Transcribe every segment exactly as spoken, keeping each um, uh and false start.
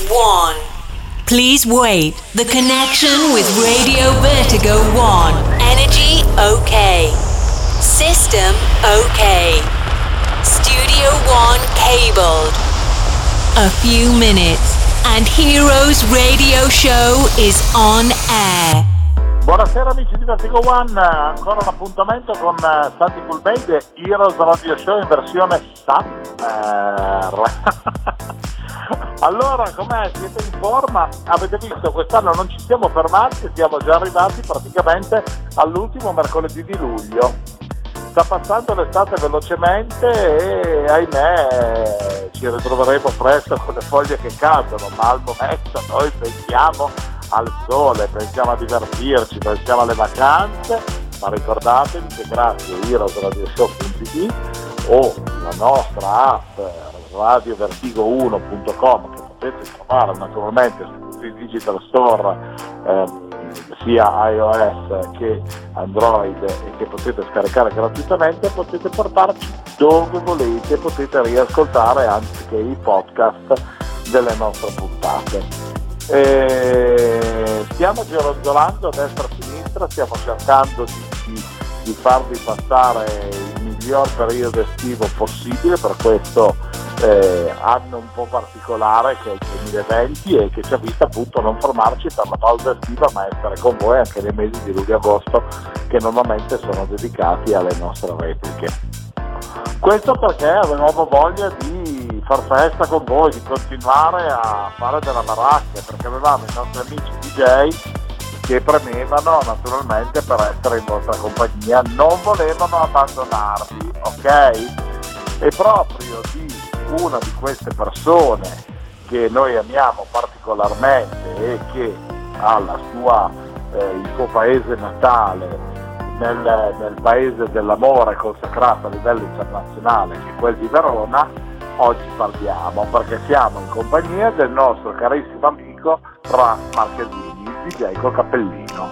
one. Please wait. The connection with Radio Vertigo one. Energy okay. System okay. Studio one cabled. A few minutes and Heroes Radio Show is on air. Buonasera amici di Vertigo One, ancora un appuntamento con uh, Santi Pulmeide, Heroes Radio Show in versione Summer. Allora, com'è? Siete in forma? Avete visto, quest'anno non ci siamo fermati, siamo già arrivati praticamente all'ultimo mercoledì di luglio. Sta passando l'estate velocemente e ahimè ci ritroveremo presto con le foglie che cadono, ma al momento noi pensiamo al sole, pensiamo a divertirci, pensiamo alle vacanze, ma ricordatevi che grazie a heroes radio show punto it o la nostra app radio vertigo uno punto com, che potete trovare naturalmente sui digital store ehm, sia iOS che Android e che potete scaricare gratuitamente, potete portarci dove volete, potete riascoltare anche i podcast delle nostre puntate. E stiamo gironzolando a destra e a sinistra, stiamo cercando di, di, di farvi passare il miglior periodo estivo possibile per questo eh, anno un po' particolare che è il duemilaventi e che ci ha visto appunto non fermarci per la pausa estiva, ma essere con voi anche nei mesi di luglio e agosto, che normalmente sono dedicati alle nostre repliche. Questo perché avevamo voglia di far festa con voi, di continuare a fare della baracca, perché avevamo i nostri amici D J che premevano naturalmente per essere in vostra compagnia, non volevano abbandonarvi, ok? E proprio di una di queste persone che noi amiamo particolarmente e che ha la sua, eh, il suo paese natale nel, nel paese dell'amore consacrato a livello internazionale, che è quel di Verona, oggi parliamo, perché siamo in compagnia del nostro carissimo amico Ra Marchesini, il D J col cappellino.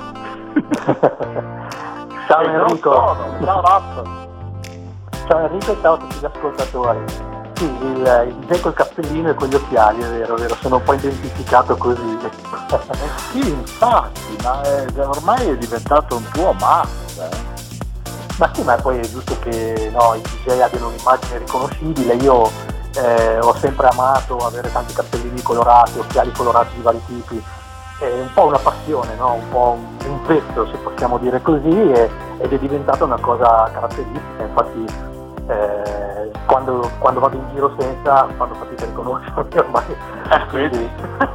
Ciao Enrico. Ciao Raff. Ciao Enrico e ciao a tutti gli ascoltatori. Sì, il, il D J col cappellino e con gli occhiali, è vero, è vero, sono un po' identificato così. Sì, infatti, ma è, ormai è diventato un tuo must, eh? Ma sì, ma poi è giusto che no, i D J abbiano un'immagine riconoscibile. Io eh, ho sempre amato avere tanti cappellini colorati, occhiali colorati di vari tipi, è un po' una passione, no? Un po' un, un vezzo, se possiamo dire così, e, ed è diventata una cosa caratteristica. Infatti eh, quando, quando vado in giro senza fanno fatica a riconoscermi ormai. Eh, quindi.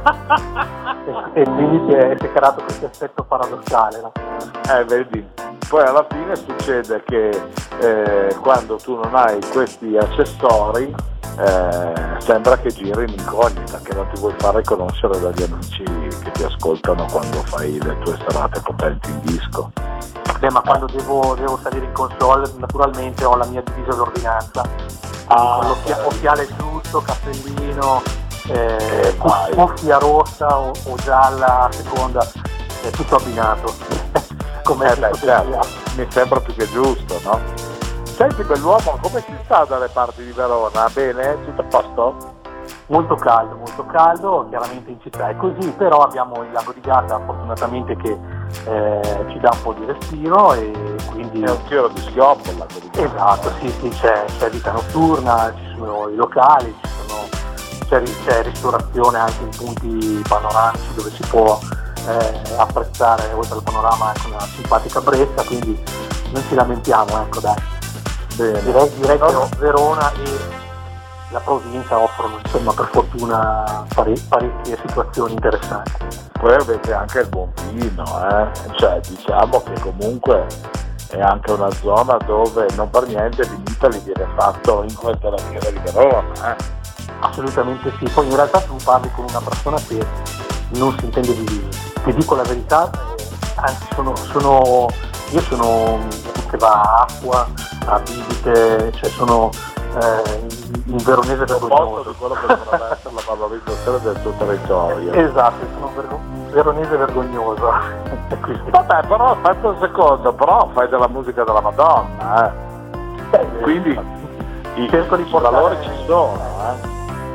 e, e quindi si è, si è creato questo effetto paradossale, no? Eh, vedi. Poi alla fine succede che eh, quando tu non hai questi accessori eh, sembra che giri in incognita, che non ti vuoi far riconoscere dagli amici che ti ascoltano quando fai le tue serate potenti in disco. Beh, ma quando devo, devo salire in console naturalmente ho la mia divisa d'ordinanza, ah, con l'occhia- occhiale giusto, cappellino, eh, Eh, vai. cuffia rossa o, o gialla a seconda, è tutto abbinato. Come Eh beh, certo, mi sembra più che giusto, no? Senti bell'uomo, come si sta dalle parti di Verona? Bene? Tutto a posto? Molto caldo, molto caldo, chiaramente in città è così, però abbiamo il lago di Garda fortunatamente che eh, ci dà un po' di respiro e quindi... È un tiro di schioppo il lago di Garda. Esatto, sì, sì, c'è, c'è vita notturna, ci sono i locali, ci sono, c'è, c'è ristorazione anche in punti panoramici dove si può eh, apprezzare oltre al panorama anche una simpatica brezza, quindi non ci lamentiamo, ecco dai. Bene. Direi, direi che No. Verona e la provincia offrono insomma per fortuna pare- parecchie situazioni interessanti. Poi avete anche il buon vino, eh? Cioè diciamo che comunque è anche una zona dove non per niente l'Italia viene fatto in questa laguna di Verona, eh? Assolutamente sì, poi in realtà tu parli con una persona che non si intende di vino, ti dico la verità, eh, anzi sono, sono io sono che va a acqua, a bibite, cioè sono eh, in veronese vergognoso di quello che dovrebbe essere la valorizzazione del tuo territorio. Esatto, sono un vergo- veronese vergognoso. Vabbè, però aspetta un secondo, però fai della musica della Madonna, eh? Beh, Quindi i, cerco di i portare- valori ci sono, eh?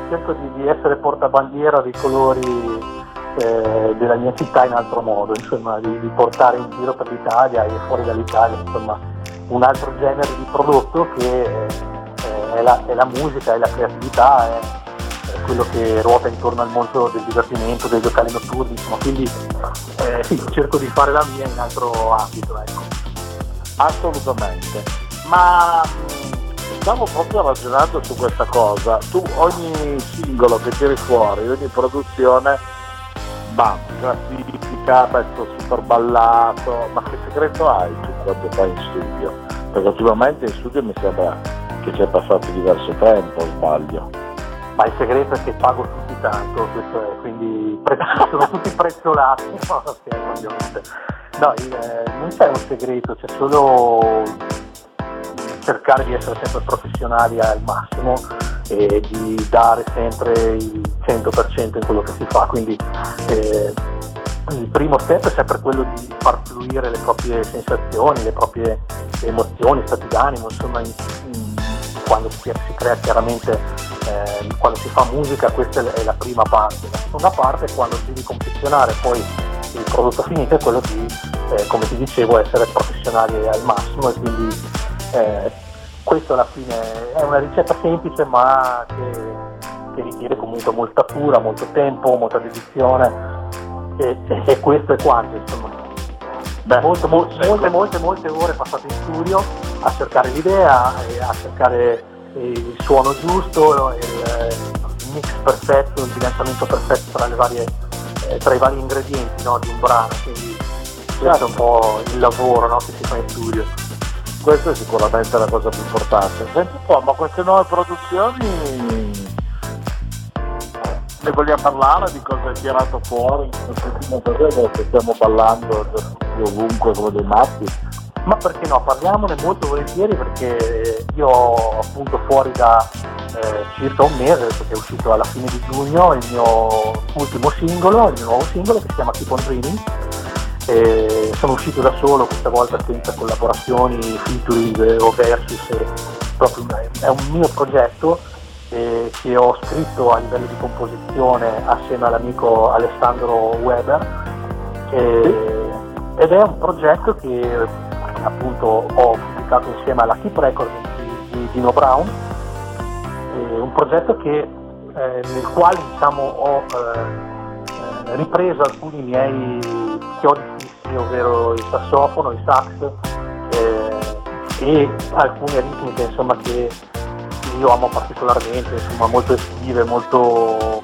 cerco di, di essere portabandiera dei colori eh, della mia città in altro modo, insomma, di, di portare in giro per l'Italia e fuori dall'Italia, insomma, un altro genere di prodotto che eh, è, la, è la musica, è la creatività, è, è quello che ruota intorno al mondo del divertimento, dei locali notturni, insomma, quindi eh, sì, cerco di fare la mia in altro ambito, ecco. Assolutamente, ma stavo proprio ragionando su questa cosa. Tu ogni singolo che tiri fuori, ogni produzione, bam, classifica, pezzo super ballato, ma che segreto hai tu quando fai in studio? Perché ultimamente in studio mi sembra che ci è passato diverso tempo, sbaglio? Ma il segreto è che pago tutti tanto, questo è, quindi pre- sono tutti prezzolati, no, scherzo, ovviamente. No, il, eh, non c'è un segreto, c'è solo cercare di essere sempre professionali al massimo e di dare sempre il cento per cento in quello che si fa, quindi eh, il primo step è sempre quello di far fluire le proprie sensazioni, le proprie emozioni, stati d'animo, insomma in, in, quando si, si crea chiaramente, eh, quando si fa musica, questa è la prima parte. La seconda parte è quando devi confezionare poi il prodotto finito, è quello di, eh, come ti dicevo, essere professionali al massimo, e quindi eh, questo alla fine è una ricetta semplice ma che, che richiede comunque molta cura, molto tempo, molta dedizione e, e, e questo è quanto, insomma. Beh, molte, molte, molte, molte, molte ore passate in studio a cercare l'idea, a cercare il suono giusto, il, il mix perfetto, il bilanciamento perfetto tra le varie tra i vari ingredienti, no, di un brano, quindi questo è un po' il lavoro, no, che si fa in studio. Questa è sicuramente la cosa più importante. Senti un po', ma queste nuove produzioni ne vogliamo parlare di cosa è tirato fuori in quest'ultimo periodo che stiamo ballando ovunque come dei matti? Ma perché no, parliamone molto volentieri, perché io appunto fuori da eh, circa un mese, perché è uscito alla fine di giugno il mio ultimo singolo, il mio nuovo singolo che si chiama Keep on Dreaming. E sono uscito da solo questa volta senza collaborazioni, featuring o versus, è, proprio, è un mio progetto eh, che ho scritto a livello di composizione assieme all'amico Alessandro Weber e, ed è un progetto che appunto ho pubblicato insieme alla Keep Records di, di Dino Brown, e un progetto che, eh, nel quale diciamo ho eh, ripreso alcuni miei chiodi fissi, ovvero il sassofono, il sax eh, e alcune ritmiche insomma che io amo particolarmente, insomma molto estive, molto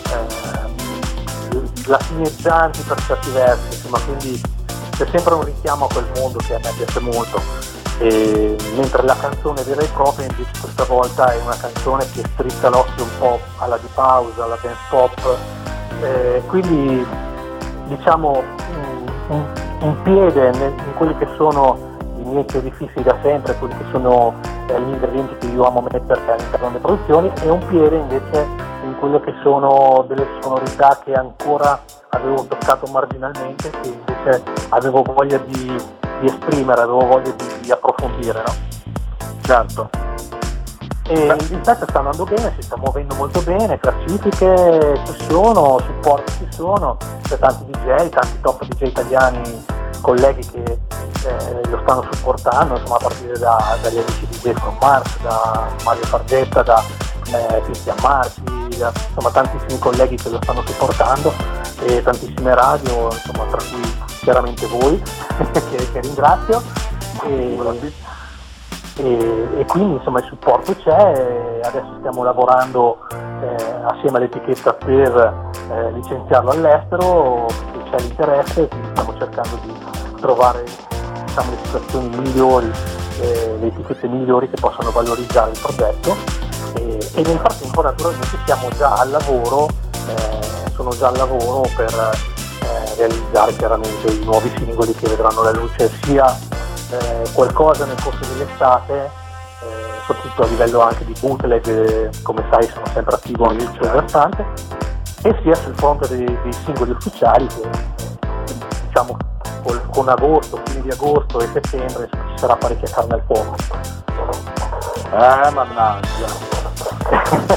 eh, latineggianti per certi versi, insomma, quindi c'è sempre un richiamo a quel mondo che a me piace molto, e, mentre la canzone vera e propria invece questa volta è una canzone che strizza l'occhio un po' alla deep house, alla dance pop, eh, quindi diciamo un, un piede nel, in quelli che sono i miei chiodi fissi da sempre, quelli che sono eh, gli ingredienti che io amo mettere all'interno delle produzioni, e un piede invece in quello che sono delle sonorità che ancora avevo toccato marginalmente, che invece avevo voglia di, di esprimere, avevo voglia di, di approfondire, no? Certo. E i risultati stanno andando bene, si sta muovendo molto bene, classifiche ci sono, supporti ci sono, c'è tanti D J, tanti top D J italiani, colleghi che eh, lo stanno supportando, insomma, a partire da, dagli amici D J from Mars, da Mario Fargetta, da eh, Cristian Marchi, da, insomma tantissimi colleghi che lo stanno supportando, e tantissime radio, insomma, tra cui chiaramente voi che, che ringrazio, e, e, e quindi insomma il supporto c'è. Adesso stiamo lavorando eh, assieme all'etichetta per eh, licenziarlo all'estero, perché c'è l'interesse, quindi stiamo cercando di trovare, diciamo, le situazioni migliori, eh, le etichette migliori che possano valorizzare il progetto, e, e nel frattempo naturalmente siamo già al lavoro, eh, sono già al lavoro per eh, realizzare chiaramente i nuovi singoli che vedranno la luce, sia eh, qualcosa nel corso dell'estate, eh, soprattutto a livello anche di bootleg, eh, come sai sono sempre attivo nel sul versante, e sia sul fronte dei, dei singoli ufficiali che eh, diciamo col, con agosto, fine di agosto e settembre insomma, ci sarà parecchia carne al fuoco. Eh mannaggia.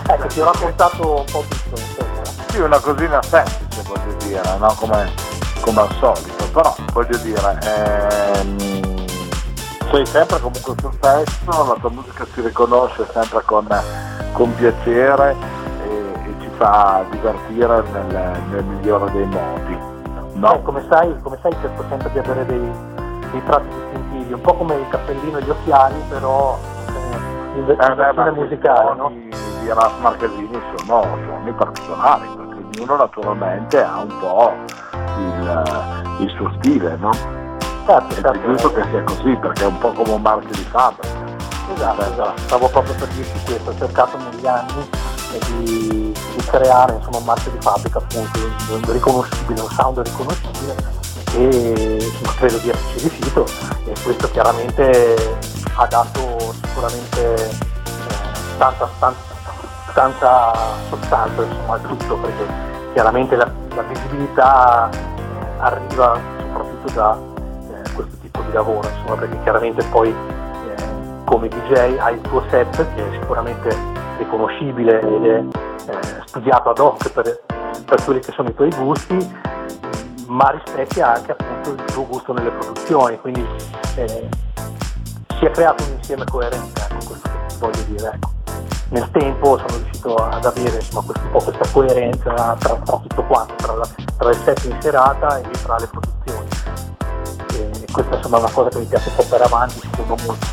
Ecco, ti ho raccontato un po' tutto, insomma. Sì, una cosina semplice, voglio dire, no? Come, come al solito, però voglio dire, ehm, sei sempre comunque sul pezzo, la tua musica si riconosce sempre con, con piacere e, e ci fa divertire nel, nel migliore dei modi. No? Eh, come sai, come sai cerco sempre di avere dei, dei tratti distintivi, un po' come il cappellino e gli occhiali, però eh, in, in eh, versione musicale, no? Di Raf Marchesini sono suoni particolari, perché ognuno naturalmente ha un po' il, il suo stile, no? Certo, è certo. giusto che sia così, perché è un po' come un marchio di fabbrica. Esatto, esatto. Stavo proprio per dirti questo, ho cercato negli anni di, di creare insomma un marchio di fabbrica, appunto, un riconoscibile, un sound riconoscibile, e insomma, credo di esserci riuscito, e questo chiaramente ha dato sicuramente eh, tanta, tanta, tanta sostanza insomma al tutto, perché chiaramente la, la visibilità eh, arriva soprattutto da eh, questo tipo di lavoro, insomma, perché chiaramente poi eh, come D J hai il tuo set che è sicuramente riconoscibile ed è eh, studiato ad hoc per, per quelli che sono i tuoi gusti, ma rispecchia anche appunto il tuo gusto nelle produzioni, quindi eh, si è creato un insieme coerente, ecco, questo che voglio dire, ecco. Nel tempo sono riuscito ad avere insomma, questo, un po' questa coerenza tra, tra tutto quanto, tra, la, tra il set in serata e tra le produzioni, e questa insomma, è una cosa che mi piace portare avanti, secondo molto.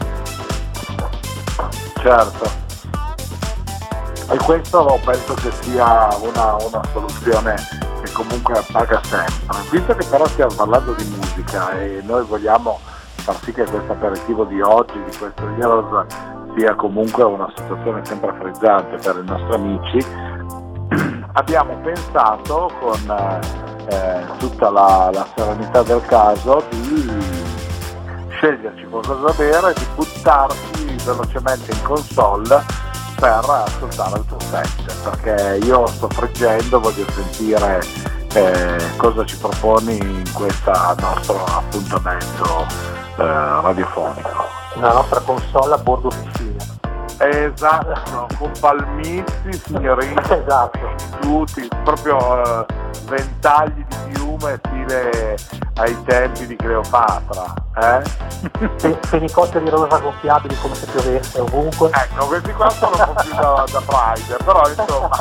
Certo. E questo penso che sia una, una soluzione che comunque paga sempre. Visto che però stiamo parlando di musica e noi vogliamo far sì che questo aperitivo di oggi, di questo Heroes, sia comunque una situazione sempre frizzante per i nostri amici, abbiamo pensato con eh, tutta la, la serenità del caso di sceglierci qualcosa da bere e di buttarci velocemente in console per ascoltare il tuo set, perché io sto friggendo, voglio sentire eh, cosa ci proponi in questo nostro appuntamento eh, radiofonico. La nostra console a bordo piscina. Esatto, con palmizi, signorini, esatto, tutti, proprio eh, ventagli di piume stile ai tempi di Cleopatra, eh? Fenicotteri rosa gonfiabili come se piovesse ovunque. Ecco, questi qua sono un po' più da, da Pride, però insomma.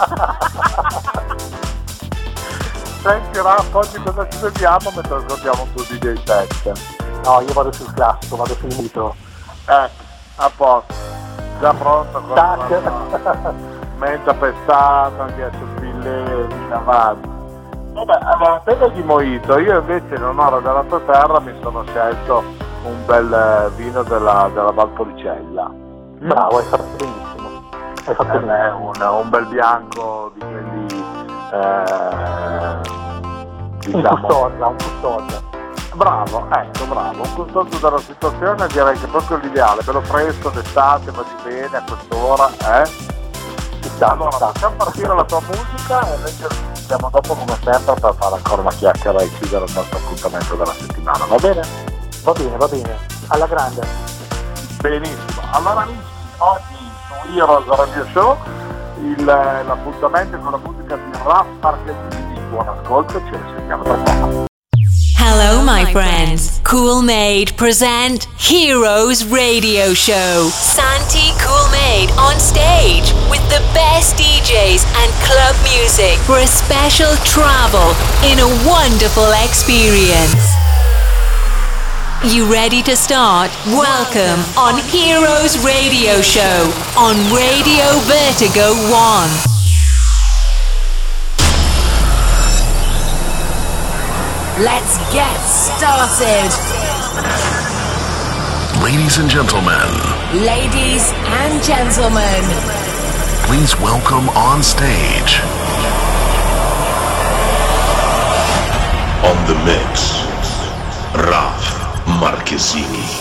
Senti Raf, oggi cosa ci beviamo mentre ascoltiamo un tuo D J set? No, io vado sul classico, vado sul nitro. Ecco, a posto, già pronto con la menta pestata, ghiaccio spillere, in avanti. Vabbè, allora, beve di mojito, io invece in onore della tua terra mi sono scelto un bel vino della, della Valpolicella. Bravo, hai fatto benissimo. Hai fatto eh benissimo. Beh, un, un bel bianco di quelli eh, diciamo... un custodia, un custodia. Bravo, ecco, bravo, un custodio della situazione, direi che è proprio l'ideale, bello fresco d'estate, va di bene a quest'ora, eh? Sta, allora, sta. facciamo partire la tua musica e noi ci rivediamo dopo come sempre per fare ancora una chiacchiera e chiudere il nostro appuntamento della settimana, va bene? Va bene, va bene, alla grande. Benissimo, allora amici, oggi su Heroes Radio Show il, l'appuntamento con la musica di Raf Marchesini. Buon ascolto, ci risentiamo tra poco. Hello, my friends. Cool Made present Heroes Radio Show. Santi Cool Made on stage with the best D Js and club music for a special travel in a wonderful experience. You ready to start? Welcome on Heroes Radio Show on Radio Vertigo One. Let's get started. Ladies and gentlemen. Ladies and gentlemen. Please welcome on stage. On the mix, Raf Marchesini.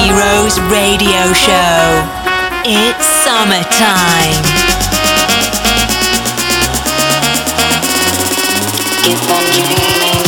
Heroes Radio Show. It's summertime. Keep on dreaming.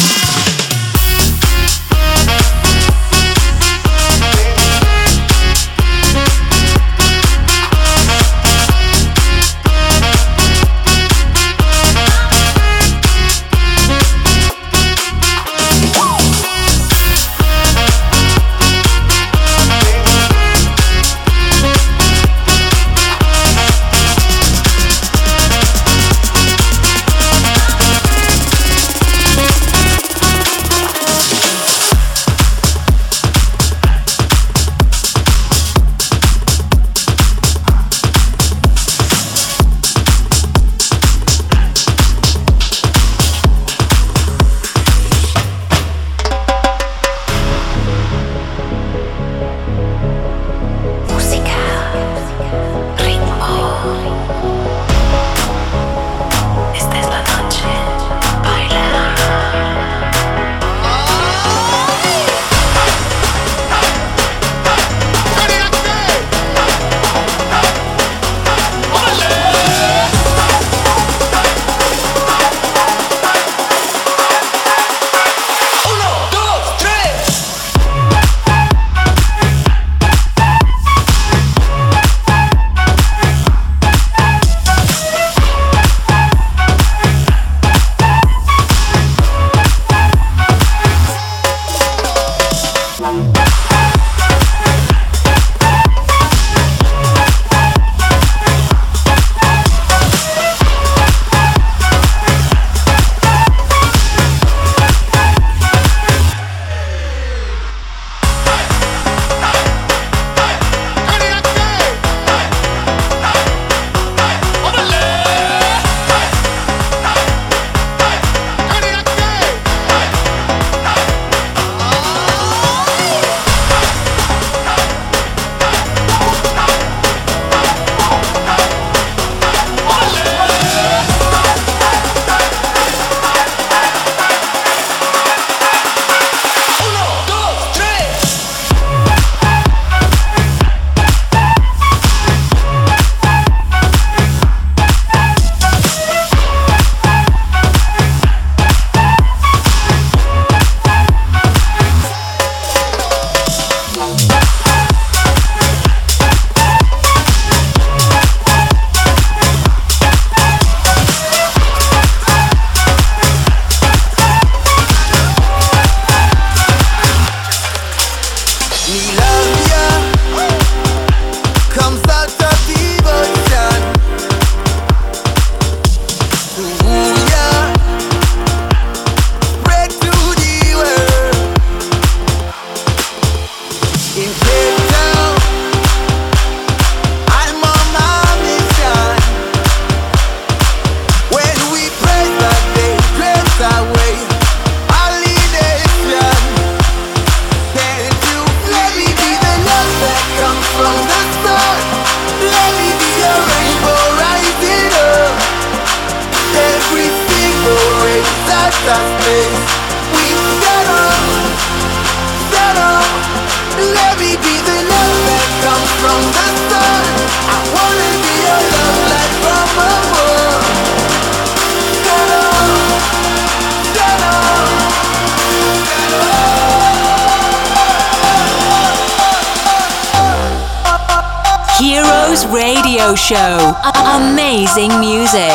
Heroes Radio Show. Amazing music.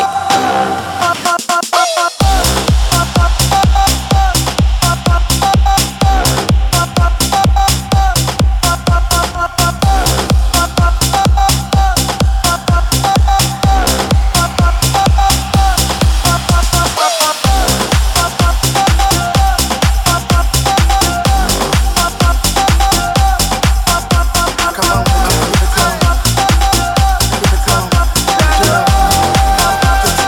Come on.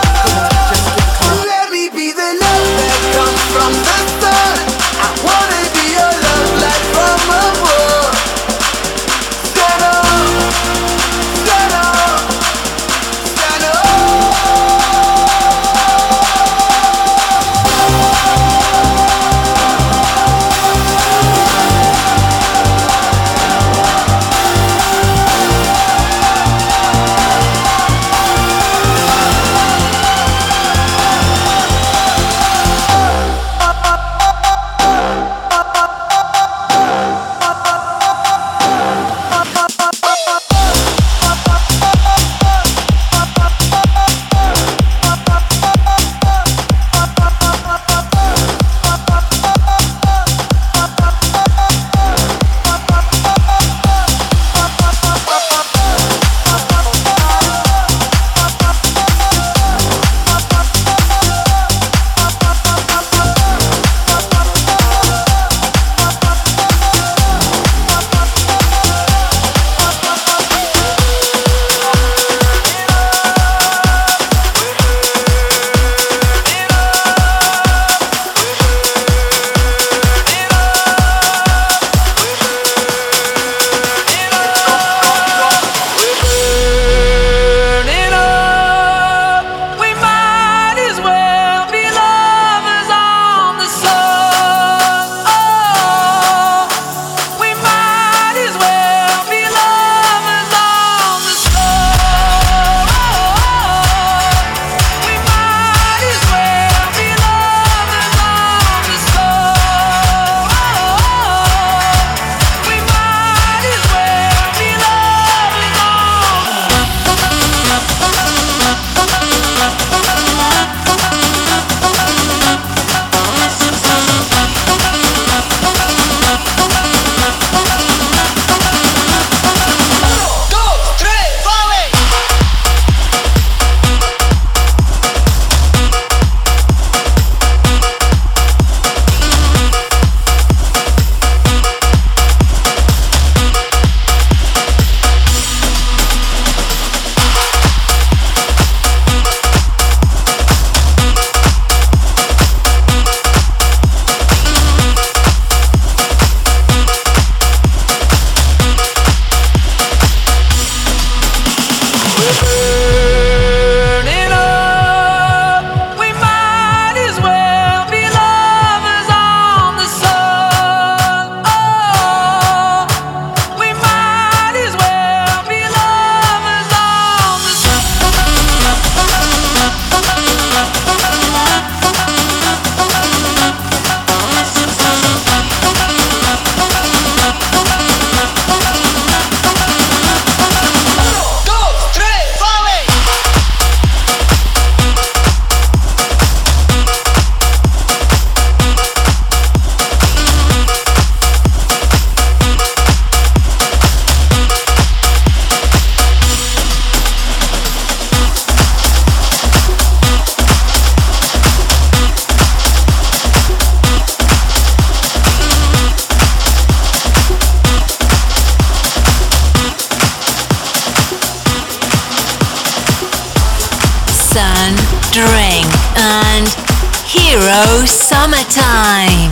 drink, and Hero Summertime.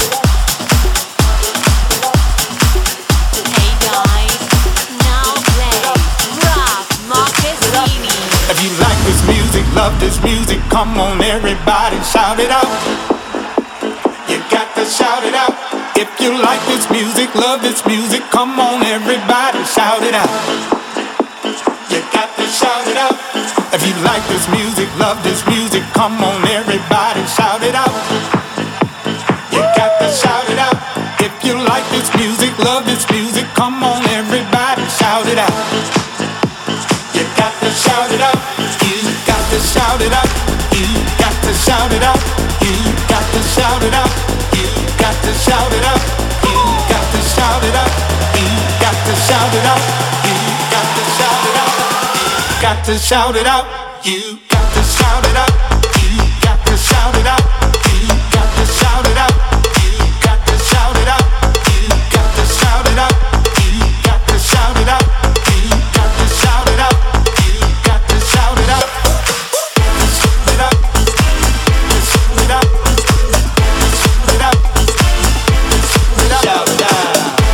Hey guys, now play Raf Marquezini. If you like this music, love this music, come on everybody, shout it out. You got to shout it out. If you like this music, love this music, come on everybody, shout it out. You got to shout it out. If you like this music, love this music, come on everybody, shout it out. You got to shout it out. If you like this music, love this music, come on everybody, shout it out. You got to shout it out. You got to shout it out. You got to shout it out. You got to shout it out. You got to shout it out. You got to shout it out. You got to shout it out. You got to shout it out. Got to shout it out. You got to shout it out. You got to shout it out. You got to shout it out. You got to shout it out. You got to shout it out. You got to shout it out. You got to shout it out. You got to shout it out. Shout it out. Shout it out. Shout it out. Shout it out.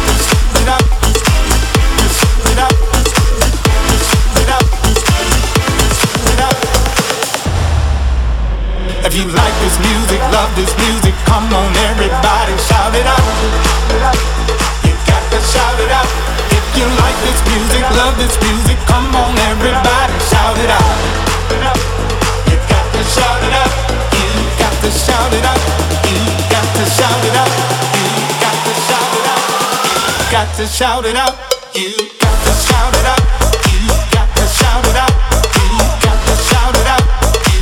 If you like this music, love this music, come on everybody, shout it out. You got to shout it out. If you like this music, love this music, come on everybody, shout it out. You got to shout it out. You got to shout it out. You got to shout it out. You got to shout it out. You got to shout it out. You got to shout it out. You got to shout it out. You got to shout it out.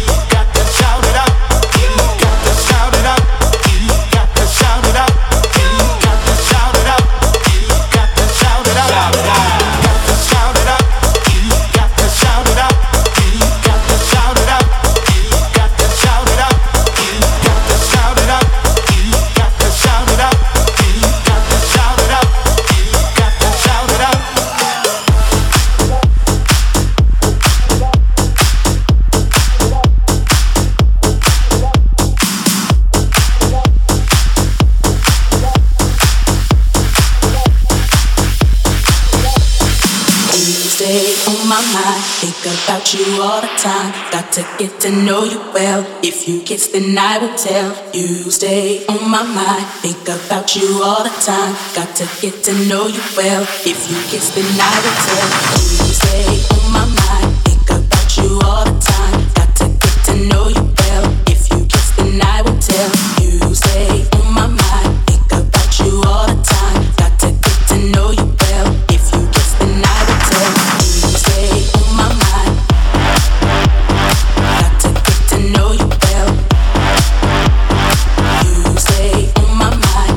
Think about you all the time. Got to get to know you well. If you kiss, then I will tell. You stay on my mind. Think about you all the time. Got to get to know you well. If you kiss, then I will tell. You stay on my mind. Think about you all the time. Got to get to know you well. If you kiss, then I will tell. You stay on my mind. Think about you all the time. Got to get to know you well. If you kiss, then I will tell. You stay on my mind. Got to get to know you well. You stay on my mind.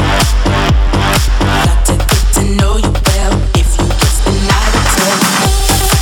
Got to get to know you well. If you kiss, then I will tell.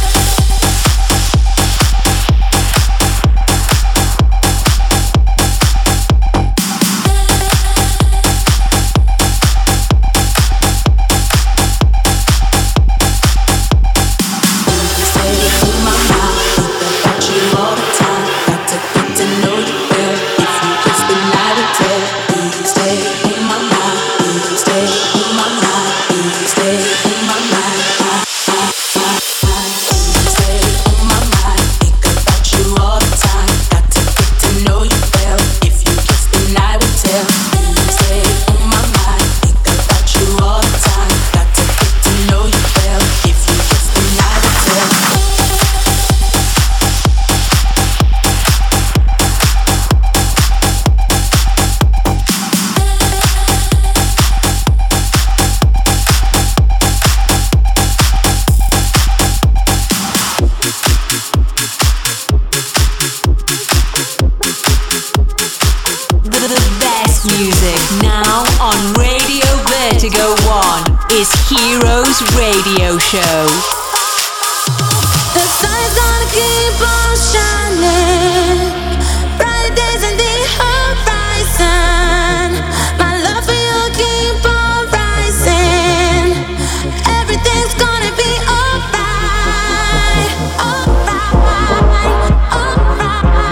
Radio show. The sun's gonna keep on shining, bright days in the horizon. My love for you keep on rising. Everything's gonna be alright, alright, alright.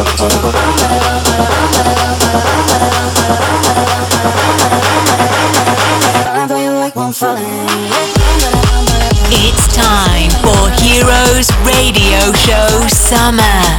It's time for Heroes Radio Show Summer.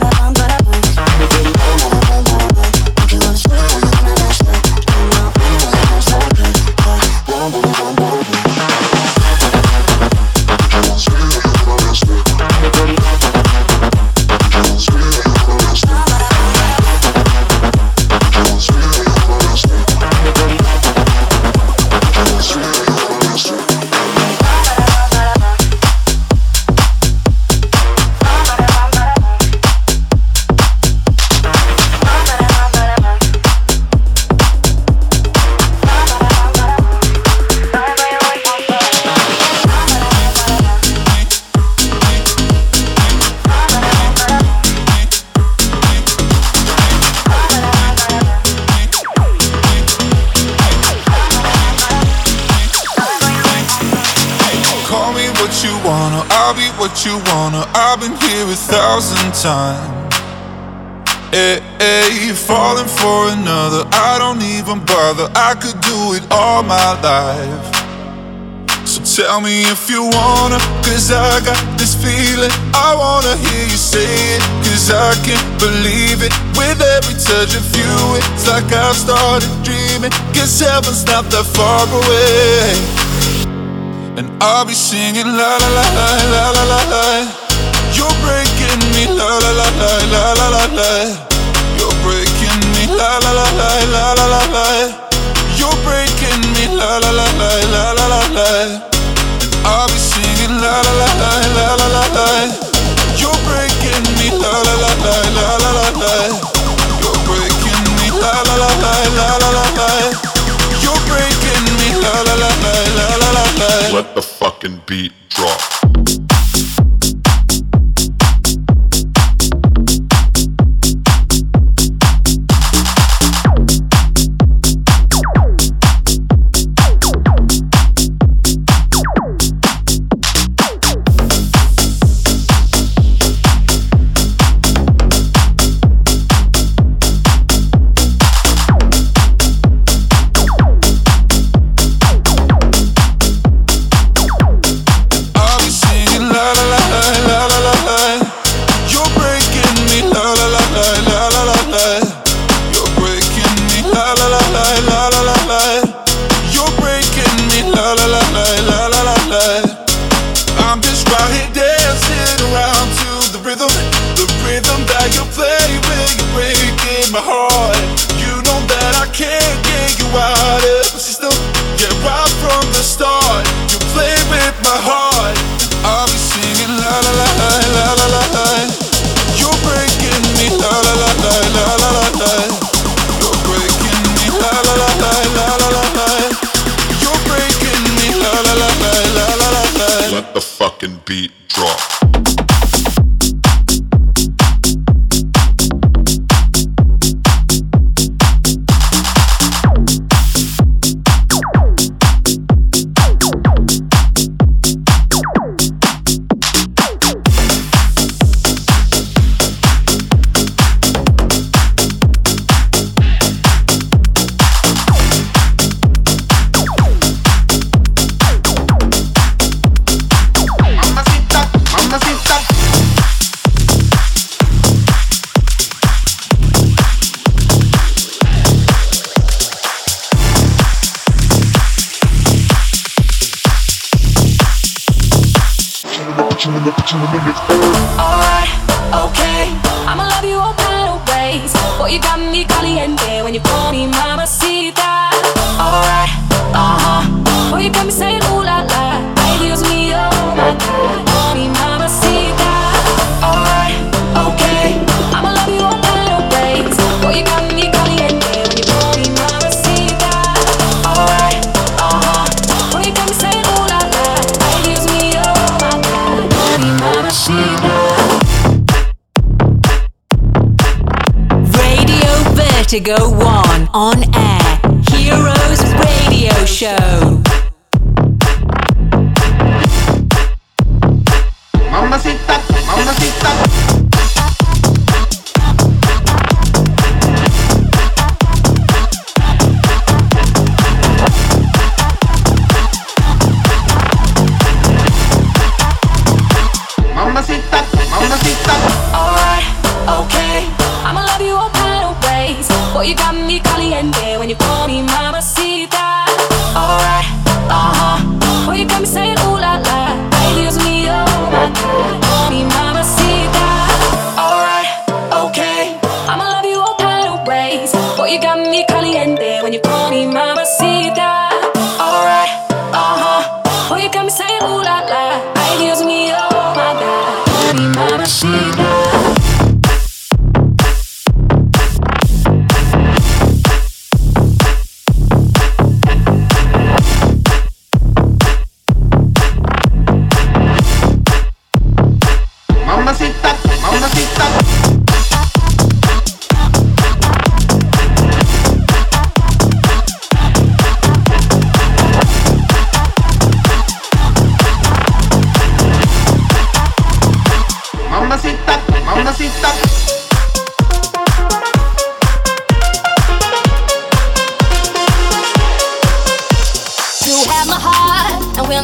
You wanna, I've been here a thousand times. Hey, hey, falling for another, I don't even bother. I could do it all my life. So tell me if you wanna, cause I got this feeling. I wanna hear you say it, cause I can't believe it. With every touch of you, it's like I've started dreaming. Guess heaven's not that far away. And I'll be singing la la la la la la la la. You're breaking me la la la la la la la la. You're breaking me la la la la la la la la. You're breaking me la la la la la la la la. And I'll be singing la la la la la la la la. You're breaking me la la la la la la la la. You're breaking me la la la la la la la la. You're breaking me la la la la la la la la. Let the fucking beat drop. Let the fucking beat drop. Alright, okay, I'ma love you all kind of ways. Boy, you got me caliente when you call me mamacita. Alright, uh-huh, boy, you got me saying ooh la la. Excuse me, oh my God, call me mamacita. Alright, okay, I'ma love you all kind of ways. Boy, you got me caliente when you call me mamacita. Alright, uh-huh, boy, you got me saying ooh la la. Excuse me, oh my God, call me mamacita. Radio Vertigo One on air. Heroes Radio Show. Mamacita, mamacita.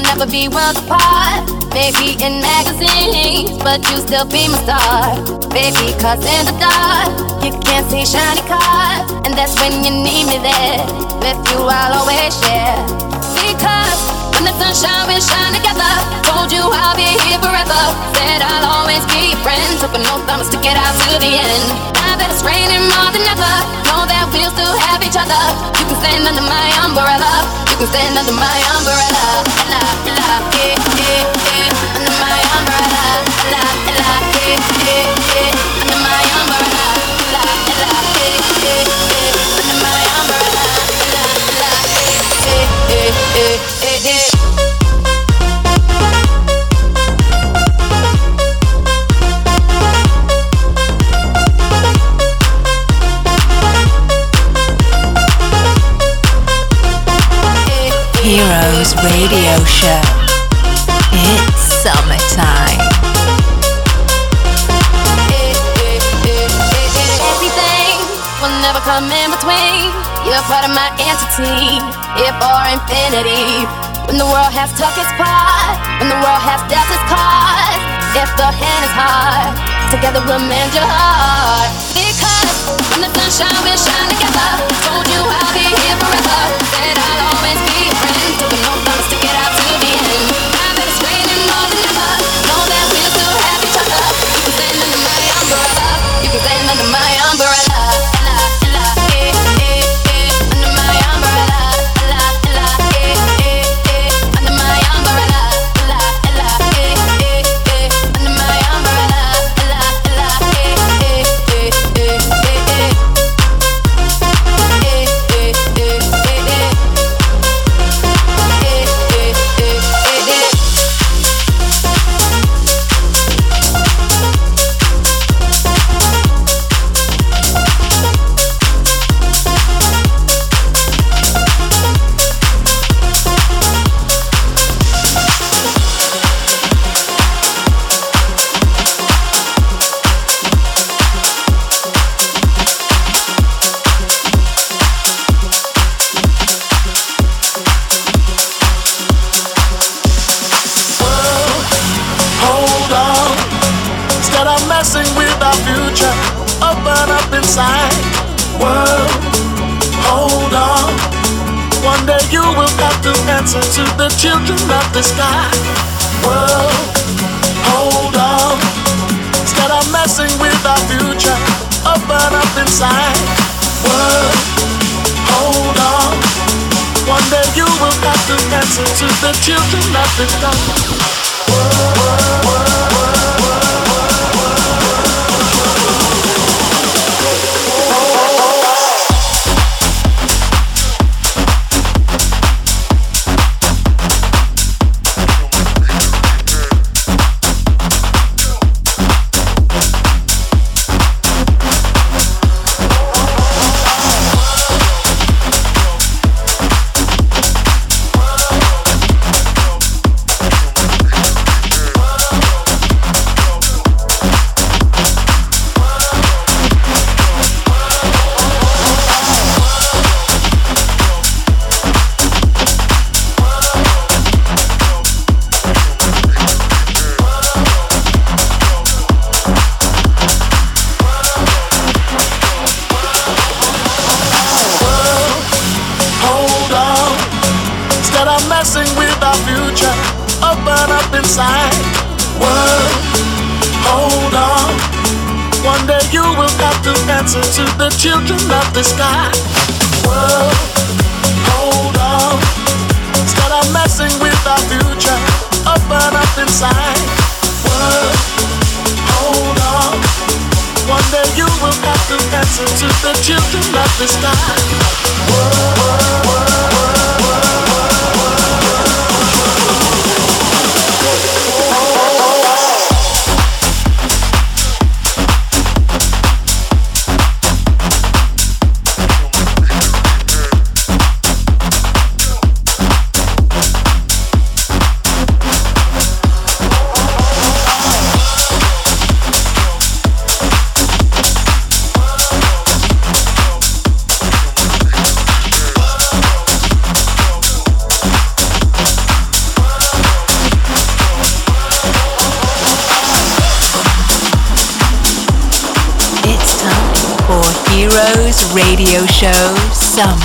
never be worlds apart. Maybe in magazines, but you still be my star. Baby, cause in the dark, you can't see shiny cars. And that's when you need me there. With you I'll always share. Because when the sunshine, we shine together. Told you I'll be here forever. Said I'll always be your friend. Took a no thumbs to get out to the end. Now that it's raining more than ever, know that we'll still have each other. You can stand under my umbrella. You can stand under my umbrella. La, la, yeah, yeah, yeah. Under my umbrella. La, la, yeah, yeah, yeah. Under my umbrella. La, la, yeah, yeah, yeah. Under my umbrella. La, la, yeah, yeah, yeah, yeah, yeah. Heroes Radio Show. It's summertime. Everything will never come in between. You're part of my entity, here for infinity. When the world has took its part, when the world has dealt its cards, if the hand is hard, together we'll mend your heart. Because when the sunshine, we'll shine together. Told you I'll be here forever. Said I'll always be your friend. Took a no thumbs to get out to the end. Now that it's raining more than ever, know that we'll still have each other. You can stand under my umbrella. You can stand under my umbrella. La, la, eh, eh, eh. Under my umbrella. La, la, eh, eh, eh. Under my umbrella. La, la, eh, eh, eh. Under my umbrella. La, la, eh, eh, eh, eh, eh, eh. To the children of the sky. World, hold on. Instead of messing with our future, open up inside. World, hold on. One day you will have to answer to the children of the sky. World, world, world, world, world, world, world. To the children of the sky. World, hold on. Instead of messing with our future, open up inside. World, hold on. One day you will have to answer to the children of the sky. World, world, world, world, world, world, world. Heroes Radio Show Summer.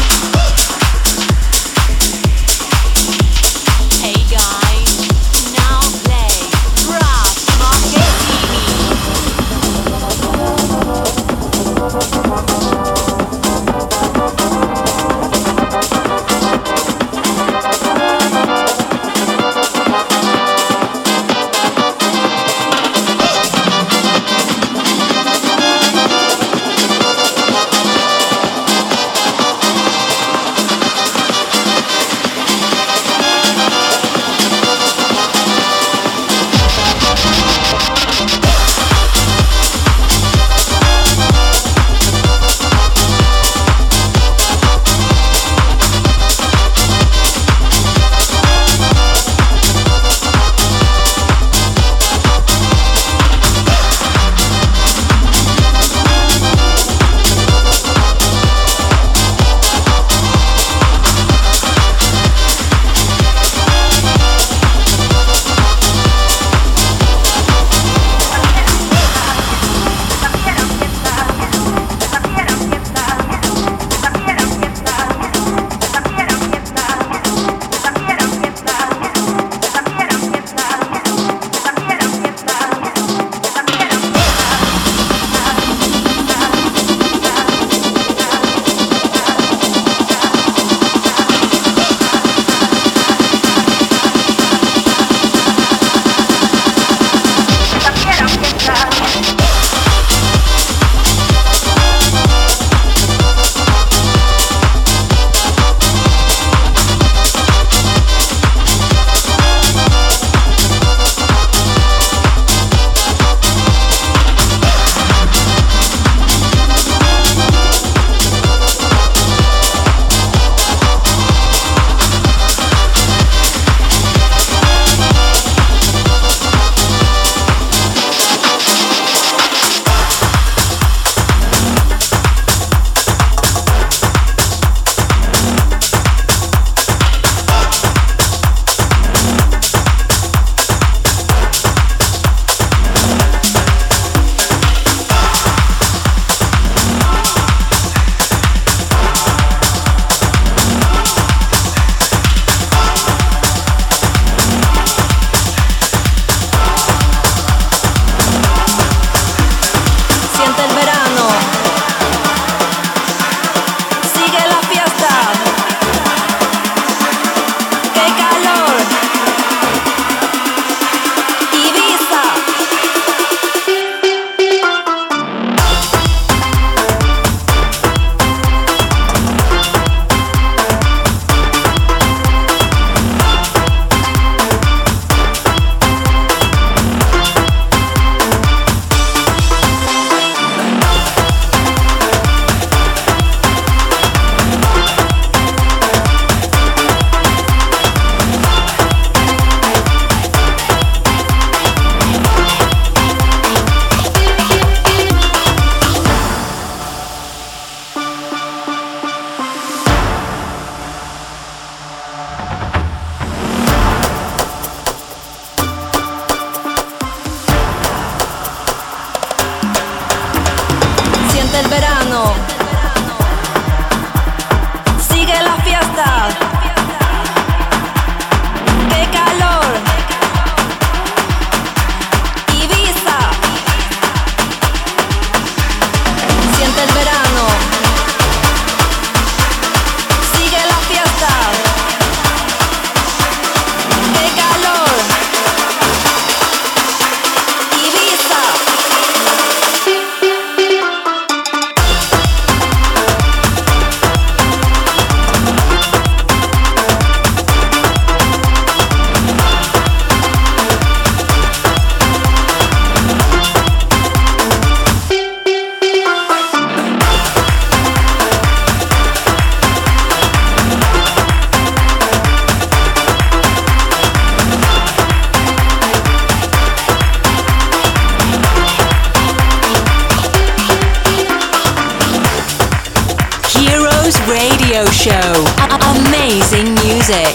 Radio Show. A- amazing music.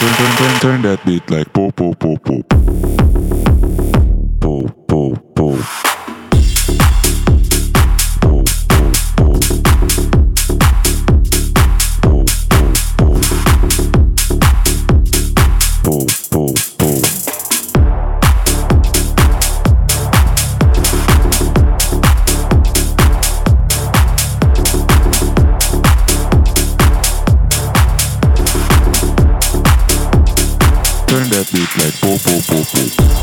turn, turn, turn that beat like po, po, po, po. Po, po, po. Turn that beat like po po po po.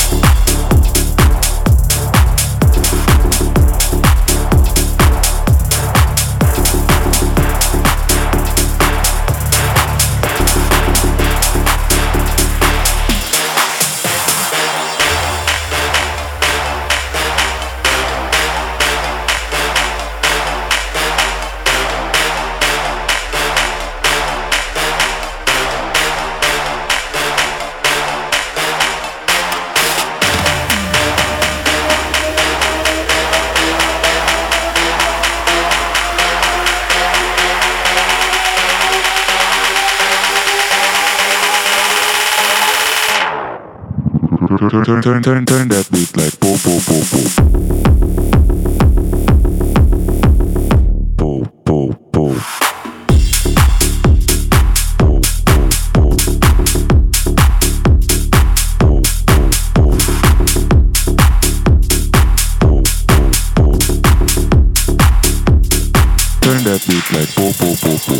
Turn, turn, turn, turn, turn that beat like po, po, po, po. Po, po, po. Turn that beat like po, po, po, po.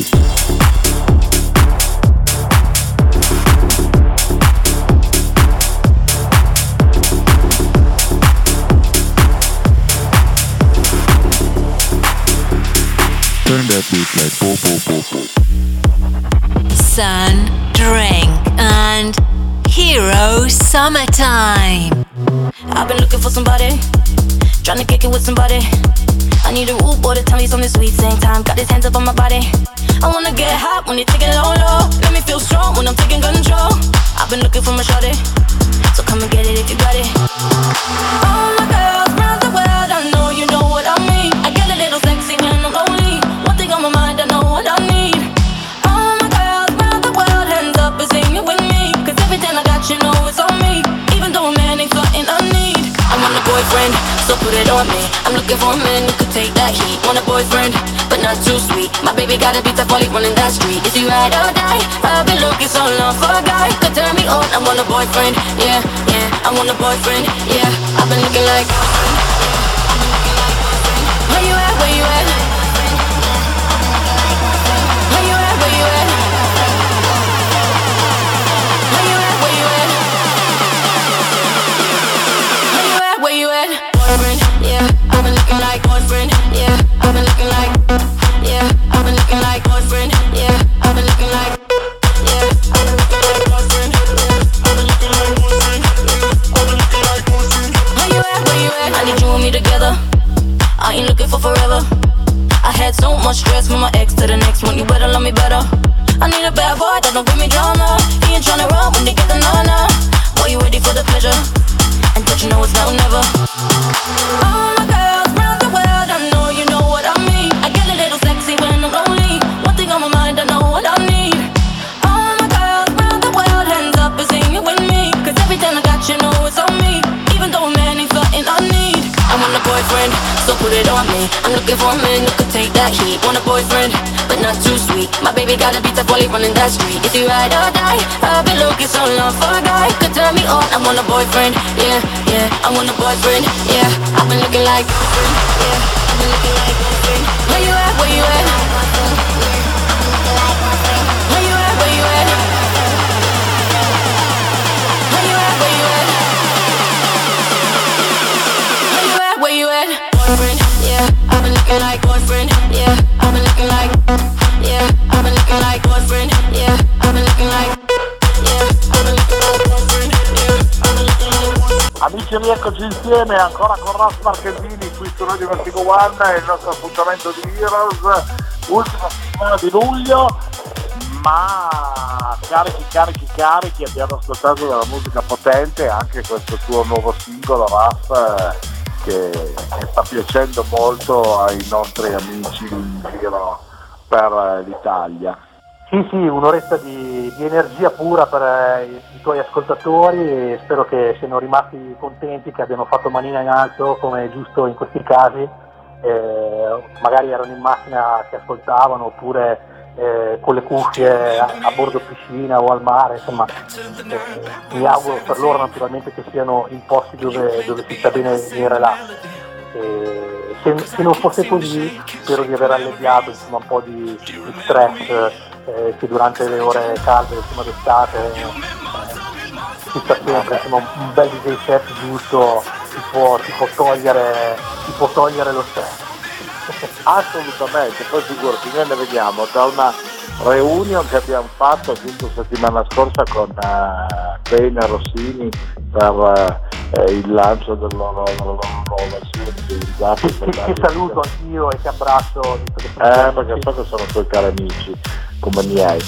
Turn that beat like po po po po. Sun, Drink, and Hero Summertime. I've been looking for somebody, trying to kick it with somebody. I need a rude boy to tell me something sweet. Same time, got his hands up on my body. I wanna get hot when you take it low low. Let me feel strong when I'm taking control. I've been looking for my shawty, so come and get it if you got it. All my girls round the world, I know you know what I mean. I get a little sexy when I'm lonely. One thing on my mind, I know what I need. All my girls round the world, hands up and sing it with me. Cause everything I got, you know it's on me. Even though a man ain't something I need. I want a boyfriend, so put it on me. I'm looking for a man who could take that heat. Want a boyfriend, but not too sweet. My baby got a beat up while he running that street. Is he ride or die? I've been looking so long for a guy could turn me on. I want a boyfriend, yeah, yeah. I want a boyfriend, yeah. I've been looking like where you at, where you at? Where you at, where you at? Where you at, where you at? Where you at, where you at? Boyfriend, yeah. I've been looking like boyfriend, yeah. I've been looking like, yeah. I've been looking like boyfriend, yeah. I've been looking like, yeah. I've been looking like boyfriend, yeah. I've been looking like boyfriend, yeah. I've been looking like boyfriend. Where you at, where you at? I need you and me together. I ain't looking for forever. I had so much stress from my ex to the next one. You better love me better. I need a bad boy that don't bring me drama. He ain't tryna run when they get the nana. Boy, you ready for the pleasure? And don't you know it's now or never? All my girls round the world, I know you know what I mean. I get a little sexy when I'm lonely. One thing on my mind, I know what I need. All my girls round the world, hands up and sing it with me. Cause everything I got, you know it's on me. Even though a man ain't something I need. I want a boyfriend, so put it on me. I'm looking for a man who could take that heat. Want a boyfriend, but not too sweet. My baby got a beat up while he running that street. Is he ride or die? I've been looking so long for a guy could turn me on. I want a boyfriend, yeah, yeah. I want a boyfriend, yeah. I've been looking like boyfriend, yeah. I've been looking like boyfriend. Where you at? Where you at? Where you at? Where you at? Where you at? Where you at? Where you at? Where you at? Boyfriend, yeah. I've been looking like boyfriend, yeah. I've been looking like, yeah. I've been looking like boyfriend, yeah. I've been looking like, yeah. I've been looking like boyfriend, yeah. I've been looking like boyfriend. Amici, rieccoci insieme ancora con Ross Marchesini qui su Radio Vertigo One e il nostro appuntamento di Heroes, ultima settimana di luglio, ma carichi, carichi, carichi, abbiamo ascoltato della musica potente, anche questo tuo nuovo singolo, Ross, che sta piacendo molto ai nostri amici in giro per l'Italia. Sì, sì, un'oretta di, di energia pura per eh, i, i tuoi ascoltatori e spero che siano rimasti contenti, che abbiano fatto manina in alto come è giusto in questi casi, eh, magari erano in macchina che ascoltavano oppure eh, con le cuffie a, a bordo piscina o al mare, insomma eh, mi auguro per loro naturalmente che siano in posti dove, dove si sta bene in relax. E se, se non fosse così spero di aver alleviato insomma, un po' di, di stress eh, che durante le ore calde insomma, d'estate eh, si sta sempre, insomma, un, un bel D J set giusto ti può, ti può togliere ti può togliere lo stress. Assolutamente, poi figurati, noi ne vediamo da una reunion che abbiamo fatto appunto settimana scorsa con uh, Bene Rossini per uh, il lancio del loro nuova versione di Zappi. Che, che saluto anch'io e che abbraccio. Che eh, perché so che sono tuoi cari amici come miei.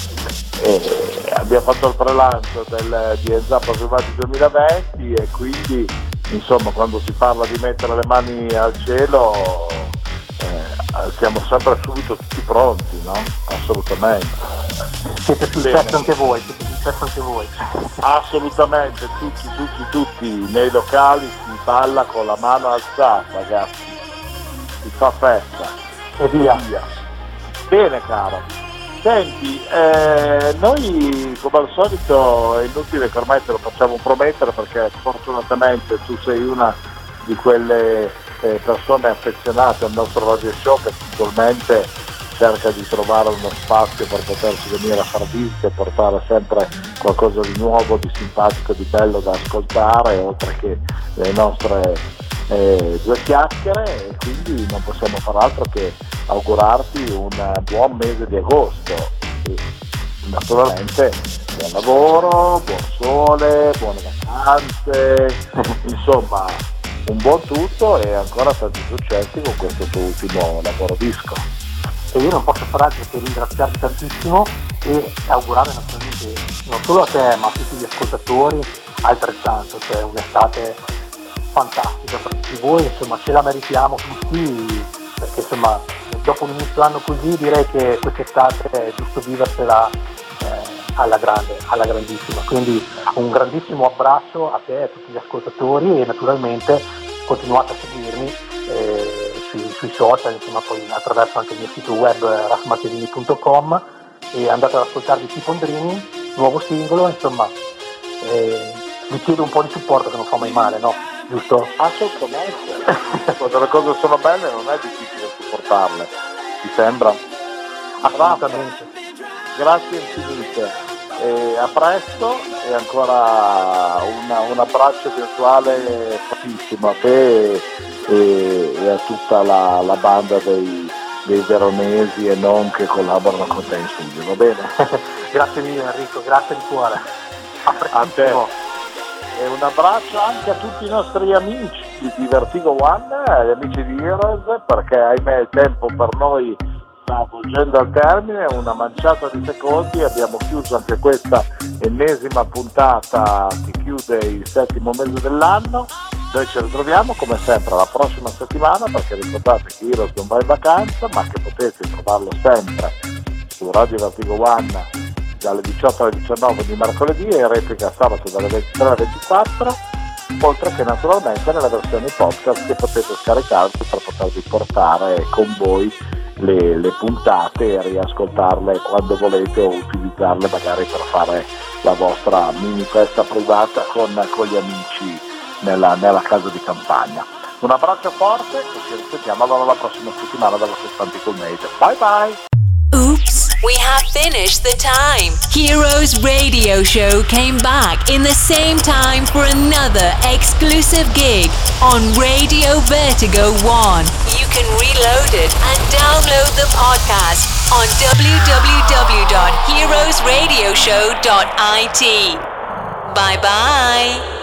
E abbiamo fatto il prelancio del, di Zappa Privati duemilaventi e quindi insomma quando si parla di mettere le mani al cielo eh, siamo sempre subito tutti pronti, no? Assolutamente. Siete successi anche voi, siete successi anche voi. Assolutamente, tutti, tutti, tutti nei locali si balla con la mano alzata, ragazzi. Si fa festa. E via. via. Bene caro. Senti, eh, noi come al solito è inutile che ormai te lo facciamo promettere perché fortunatamente tu sei una di quelle eh, persone affezionate al nostro radio show che puntualmente cerca di trovare uno spazio per poterci venire a far visita e portare sempre qualcosa di nuovo, di simpatico, di bello da ascoltare, oltre che le nostre eh, due chiacchiere, e quindi non possiamo far altro che augurarti un buon mese di agosto e naturalmente buon lavoro, buon sole, buone vacanze, insomma un buon tutto e ancora tanti successi con questo tuo ultimo lavoro disco. E io non posso far altro che ringraziarti tantissimo e augurare naturalmente non solo a te ma a tutti gli ascoltatori altrettanto, cioè un'estate fantastica per tutti voi, insomma ce la meritiamo tutti perché insomma dopo un inizio anno così direi che quest'estate è giusto viversela eh, alla grande, alla grandissima, quindi un grandissimo abbraccio a te e a tutti gli ascoltatori e naturalmente continuate a seguirmi eh, sui, sui social, insomma poi attraverso anche il mio sito web rasmaterini punto com e andate ad ascoltarvi Tipondrini, nuovo singolo, insomma eh, vi chiedo un po' di supporto che non fa mai male, no? Giusto? Assolutamente. Quando le cose sono belle non è difficile supportarle, ti sembra? Assolutamente. Grazie infinite, e a presto e ancora una, un abbraccio virtuale fortissimo a te e, e, e a tutta la, la banda dei, dei veronesi e non che collaborano con te in studio, va bene? Grazie mille Enrico, grazie di cuore. A, a te. E un abbraccio anche a tutti i nostri amici di Vertigo One, gli amici di Heroes, perché ahimè il tempo per noi sta volgendo al termine, una manciata di secondi, abbiamo chiuso anche questa ennesima puntata che chiude il settimo mese dell'anno. Noi ci ritroviamo come sempre la prossima settimana, perché ricordate che Heroes non va in vacanza, ma che potete trovarlo sempre su Radio Vertigo One dalle diciotto alle diciannove di mercoledì e replica sabato dalle ventitré alle ventiquattro, oltre che naturalmente nelle versioni podcast che potete scaricarvi per potervi portare con voi le, le puntate e riascoltarle quando volete o utilizzarle magari per fare la vostra mini festa privata con, con gli amici nella, nella casa di campagna. Un abbraccio forte e ci risentiamo allora la prossima settimana dalla sessanta Cool Made. Bye bye! Oops, we have finished the time. Heroes Radio Show came back in the same time for another exclusive gig on Radio Vertigo One. You can reload it and download the podcast on w w w dot heroes radio show dot i t. Bye bye.